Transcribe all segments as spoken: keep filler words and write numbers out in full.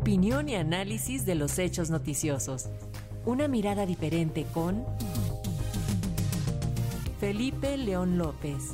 Opinión y análisis de los hechos noticiosos. Una mirada diferente con Felipe León López.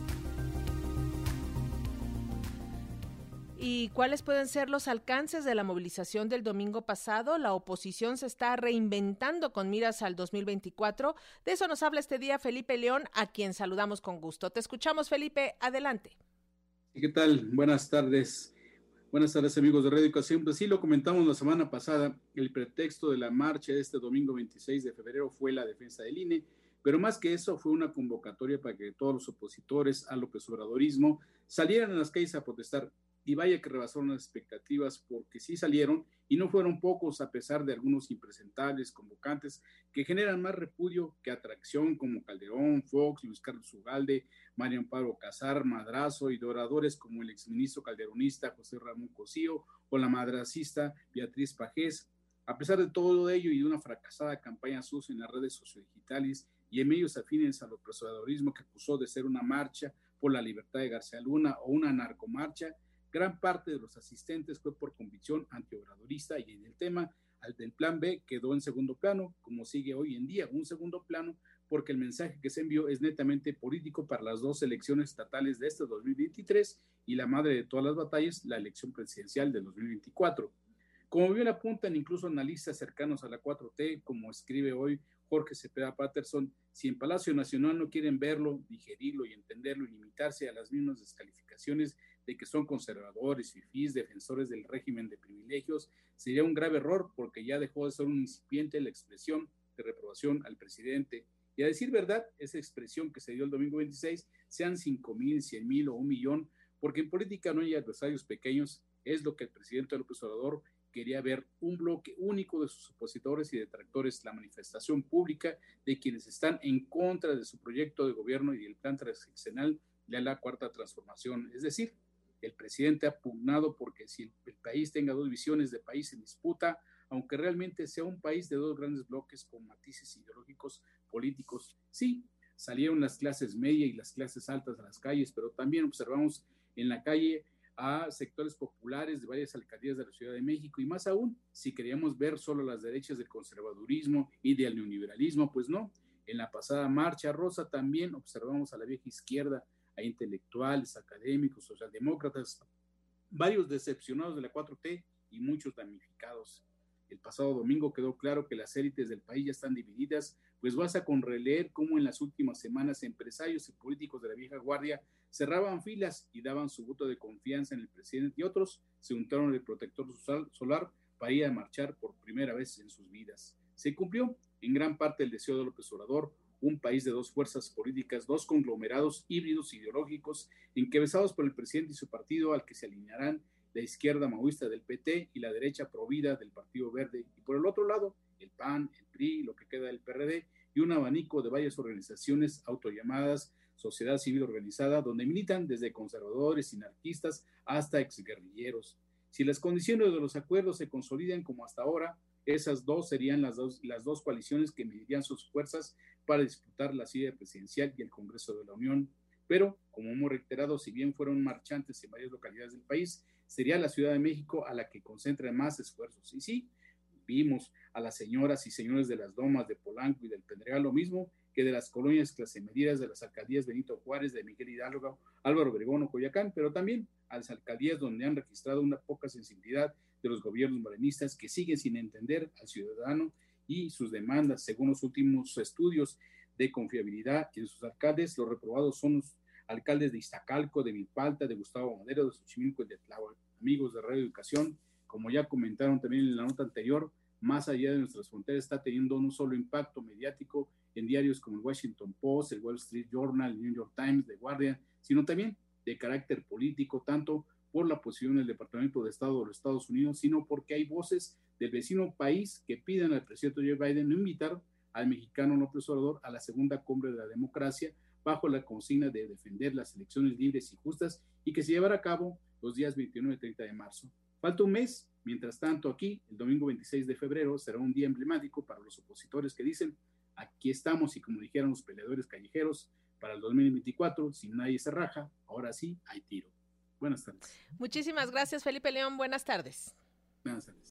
¿Y cuáles pueden ser los alcances de la movilización del domingo pasado? La oposición se está reinventando con miras al dos mil veinticuatro. De eso nos habla este día Felipe León, a quien saludamos con gusto. Te escuchamos, Felipe. Adelante. ¿Qué tal? Buenas tardes. Buenas tardes, amigos de Radio Educación. Pues sí, lo comentamos la semana pasada. El pretexto de la marcha de este domingo veintiséis de febrero fue la defensa del I N E, pero más que eso fue una convocatoria para que todos los opositores al López Obradorismo salieran a las calles a protestar. Y vaya que rebasaron las expectativas, porque sí salieron y no fueron pocos, a pesar de algunos impresentables convocantes que generan más repudio que atracción, como Calderón, Fox, Luis Carlos Ugalde, Mario Amparo Casar, Madrazo, y de oradores como el exministro calderonista José Ramón Cosío o la madracista Beatriz Pajés. A pesar de todo ello y de una fracasada campaña sucia en las redes sociodigitales y en medios afines al obradorismo, que acusó de ser una marcha por la libertad de García Luna o una narcomarcha, gran parte de los asistentes fue por convicción antiobradorista, y en el tema al del plan B quedó en segundo plano, como sigue hoy en día, un segundo plano, porque el mensaje que se envió es netamente político para las dos elecciones estatales de este dos mil veintitrés y la madre de todas las batallas, la elección presidencial del dos mil veinticuatro. Como bien apuntan incluso analistas cercanos a la cuatro T, como escribe hoy Jorge Cepeda Patterson, si en Palacio Nacional no quieren verlo, digerirlo y entenderlo y limitarse a las mismas descalificaciones de que son conservadores, fifís, defensores del régimen de privilegios, sería un grave error, porque ya dejó de ser un incipiente la expresión de reprobación al presidente. Y a decir verdad, esa expresión que se dio el domingo veintiséis, sean cinco mil, cien mil o un millón, porque en política no hay adversarios pequeños, es lo que el presidente López Obrador quería ver, un bloque único de sus opositores y detractores, la manifestación pública de quienes están en contra de su proyecto de gobierno y del plan transaccional de la Cuarta Transformación. Es decir, el presidente ha pugnado porque si el, el país tenga dos visiones de país en disputa, aunque realmente sea un país de dos grandes bloques con matices ideológicos políticos. Sí, salieron las clases media y las clases altas a las calles, pero también observamos en la calle a sectores populares de varias alcaldías de la Ciudad de México, y más aún, si queríamos ver solo las derechas del conservadurismo y del neoliberalismo, pues no. En la pasada marcha rosa también observamos a la vieja izquierda, a intelectuales, académicos, socialdemócratas, varios decepcionados de la cuatro T y muchos damnificados. El pasado domingo quedó claro que las élites del país ya están divididas, pues basta con releer cómo en las últimas semanas empresarios y políticos de la vieja guardia cerraban filas y daban su voto de confianza en el presidente, y otros se untaron el protector solar para ir a marchar por primera vez en sus vidas. Se cumplió en gran parte el deseo de López Obrador, un país de dos fuerzas políticas, dos conglomerados híbridos ideológicos encabezados por el presidente y su partido, al que se alinearán la izquierda maoísta del P T y la derecha provida del Partido Verde, y por el otro lado, el P A N, el P R I, lo que queda del P R D, y un abanico de varias organizaciones autollamadas sociedad civil organizada, donde militan desde conservadores y anarquistas hasta exguerrilleros. Si las condiciones de los acuerdos se consolidan como hasta ahora, esas dos serían las dos, las dos coaliciones que medirían sus fuerzas para disputar la silla presidencial y el Congreso de la Unión. Pero, como hemos reiterado, si bien fueron marchantes en varias localidades del país, sería la Ciudad de México a la que concentra más esfuerzos. Y sí, vimos a las señoras y señores de las Lomas, de Polanco y del Pedregal, lo mismo que de las colonias clase medidas de las alcaldías Benito Juárez, de Miguel Hidalgo, Álvaro Obregón o Coyoacán, pero también a las alcaldías donde han registrado una poca sensibilidad de los gobiernos morenistas, que siguen sin entender al ciudadano y sus demandas. Según los últimos estudios de confiabilidad en sus alcaldes, los reprobados son los alcaldes de Iztacalco, de Milpalta, de Gustavo Madero, de Xochimilco y de Tláhuac. Amigos de Radio Educación, como ya comentaron también en la nota anterior, más allá de nuestras fronteras está teniendo no solo impacto mediático en diarios como el Washington Post, el Wall Street Journal, el New York Times, The Guardian, sino también de carácter político, tanto por la posición del Departamento de Estado de los Estados Unidos, sino porque hay voces del vecino país que piden al presidente Joe Biden no invitar al mexicano López Obrador a la segunda cumbre de la democracia, bajo la consigna de defender las elecciones libres y justas, y que se llevará a cabo los días veintiuno y treinta de marzo. Falta un mes. Mientras tanto, aquí, el domingo veintiséis de febrero, será un día emblemático para los opositores que dicen: aquí estamos, y como dijeron los peleadores callejeros, para el dos mil veinticuatro, si nadie se raja, ahora sí hay tiro. Buenas tardes. Muchísimas gracias, Felipe León. Buenas tardes. Buenas tardes.